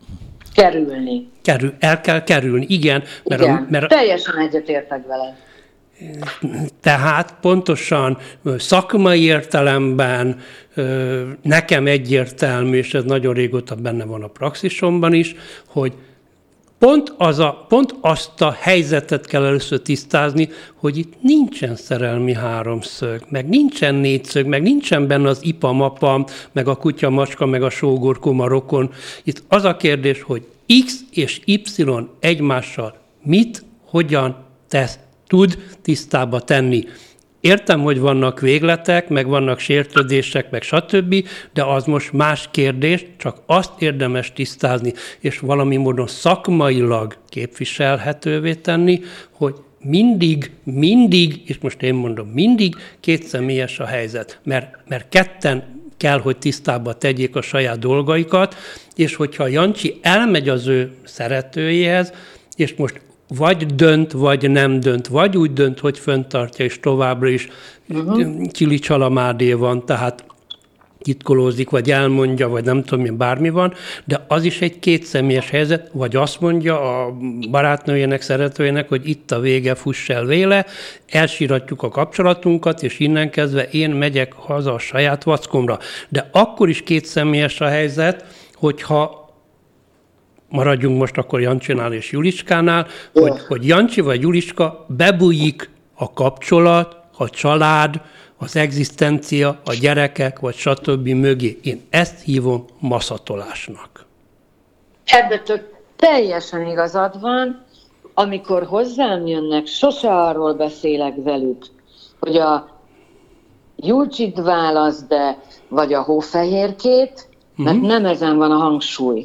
Kerülni. El kell kerülni, igen. Mert teljesen egyetértek veled. Tehát pontosan szakmai értelemben nekem egyértelmű, és ez nagyon régóta benne van a praxisomban is, hogy pont azt a helyzetet kell először tisztázni, hogy itt nincsen szerelmi háromszög, meg nincsen négyszög, meg nincsen benne az ipa-mapa, meg a kutya-macska, meg a sógor-koma-rokon. Itt az a kérdés, hogy X és Y egymással mit, hogyan tud tisztába tenni. Értem, hogy vannak végletek, meg vannak sértődések, meg stb., de az most más kérdés, csak azt érdemes tisztázni, és valami módon szakmailag képviselhetővé tenni, hogy mindig, és most én mondom, mindig kétszemélyes a helyzet, mert ketten kell, hogy tisztába tegyék a saját dolgaikat, és hogyha Jancsi elmegy az ő szeretőjéhez, és most vagy dönt, vagy nem dönt, vagy úgy dönt, hogy fenntartja, és továbbra is csili-csalamádé van, tehát titkolózik, vagy elmondja, vagy nem tudom, milyen bármi van, de az is egy kétszemélyes helyzet, vagy azt mondja a barátnőjének, szeretőjének, hogy itt a vége, fuss el véle, elsíratjuk a kapcsolatunkat, és innen kezdve én megyek haza a saját vackomra. De akkor is kétszemélyes a helyzet, hogyha maradjunk most akkor Jancsinál és Julicskánál, hogy Jancsi vagy Julicska bebújik a kapcsolat, a család, az egzisztencia, a gyerekek, vagy stb. Mögé. Én ezt hívom maszatolásnak. Ebben teljesen igazad van, amikor hozzám jönnek, sose arról beszélek velük, hogy a Julcsit válaszd, vagy a hófehérkét, mert nem ezen van a hangsúly.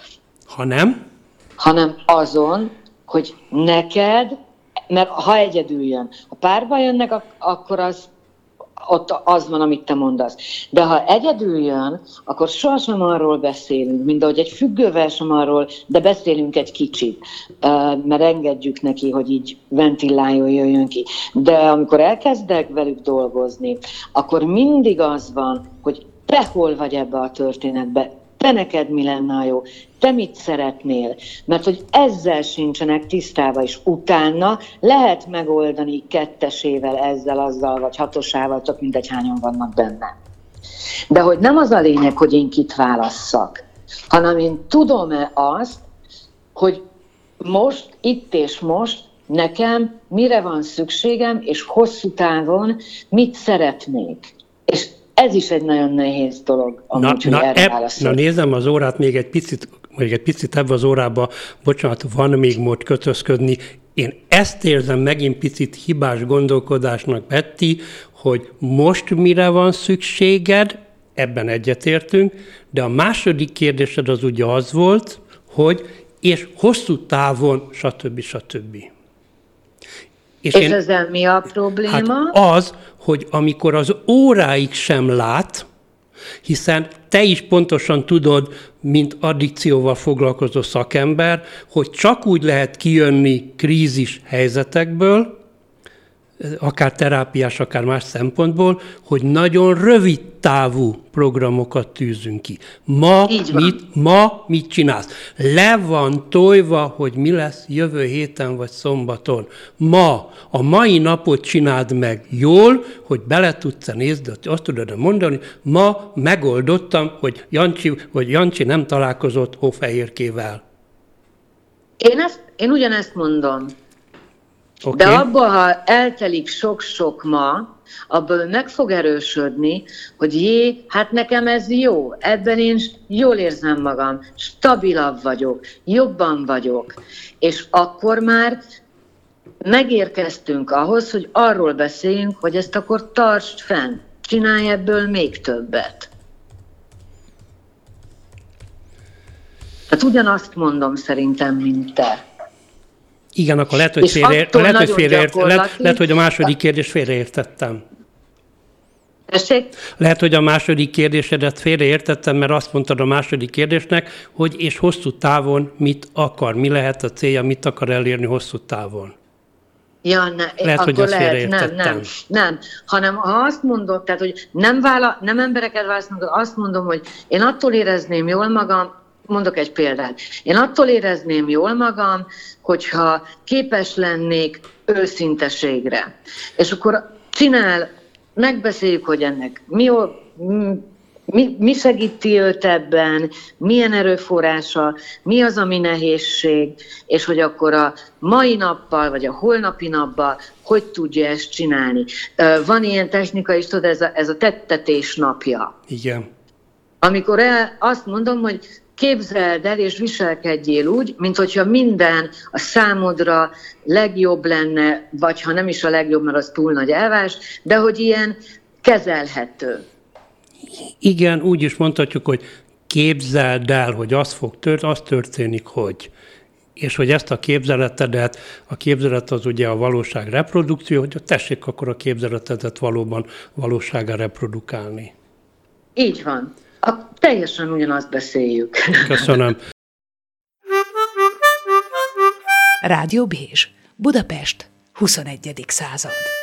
Hanem azon, hogy neked, mert ha egyedül jön, ha párba jönnek, akkor ott az van, amit te mondasz. De ha egyedül jön, akkor sohasem arról beszélünk, mint ahogy egy függővel sem arról, de beszélünk egy kicsit, mert engedjük neki, hogy így ventiláljon, jöjjön ki. De amikor elkezdek velük dolgozni, akkor mindig az van, hogy te hol vagy ebbe a történetbe, te neked mi lenne a jó, te mit szeretnél, mert hogy ezzel sincsenek tisztában, és utána lehet megoldani 2-esével, ezzel, azzal, vagy 6-osával, csak mindegy hányan vannak benne. De hogy nem az a lényeg, hogy én kit válasszak, hanem én tudom-e azt, hogy most, itt és most nekem mire van szükségem, és hosszú távon mit szeretnék. És ez is egy nagyon nehéz dolog, amúgy, hogy erre válaszol. Nézem az órát még egy picit ebbe az órába, bocsánat, van még mód kötözködni. Én ezt érzem megint picit hibás gondolkodásnak, Betty, hogy most mire van szükséged, ebben egyetértünk, de a második kérdésed az ugye az volt, hogy és hosszú távon, stb. És ezzel mi a probléma? Hát az, hogy amikor az óráig sem lát, hiszen te is pontosan tudod, mint addikcióval foglalkozó szakember, hogy csak úgy lehet kijönni krízis helyzetekből, akár terápiás, akár más szempontból, hogy nagyon rövid távú programokat tűzünk ki. Ma mit csinálsz? Le van tojva, hogy mi lesz jövő héten vagy szombaton. A mai napot csináld meg jól, hogy bele tudsz nézni, azt tudod mondani, ma megoldottam, hogy Jancsi nem találkozott hófehérkével. Én ugyanezt mondom. Okay. De abban, ha eltelik sok-sok ma, abban meg fog erősödni, hogy hát nekem ez jó, ebben én jól érzem magam, stabilabb vagyok, jobban vagyok. És akkor már megérkeztünk ahhoz, hogy arról beszéljünk, hogy ezt akkor tartsd fenn, csinálj ebből még többet. Hát ugyanazt mondom szerintem, mint te. Igen, akkor lehet, hogy a második kérdést félreértettem. Tessék? Lehet, hogy a második kérdésedet félreértettem, mert azt mondtad a második kérdésnek, hogy és hosszú távon mit akar, mi lehet a célja, mit akar elérni hosszú távon. Ja, lehet, akkor hogy lehet, nem. Hanem ha azt mondod, tehát, hogy nem embereket válaszolnak, azt mondom, hogy én attól érezném jól magam, Mondok egy példát. Én attól érezném jól magam, hogyha képes lennék őszinteségre. És akkor megbeszéljük, hogy ennek mi segíti őt ebben, milyen erőforrása, mi az, ami nehézség, és hogy akkor a mai nappal, vagy a holnapi nappal hogy tudja ezt csinálni. Van ilyen technika is, tudod, ez a tettetés napja. Igen. Amikor azt mondom, hogy képzeld el és viselkedjél úgy, mint hogyha minden a számodra legjobb lenne, vagy ha nem is a legjobb, mert az túl nagy elvás, de hogy ilyen kezelhető. Igen, úgy is mondhatjuk, hogy képzeld el, hogy az történik, hogy. És hogy ezt a képzeletedet, a képzelet az ugye a valóság reprodukció, hogy tessék akkor a képzeletedet valóban valósággá reprodukálni. Így van. Teljesen ugyanazt beszéljük. Köszönöm. Rádió Bézs, Budapest, 21. század.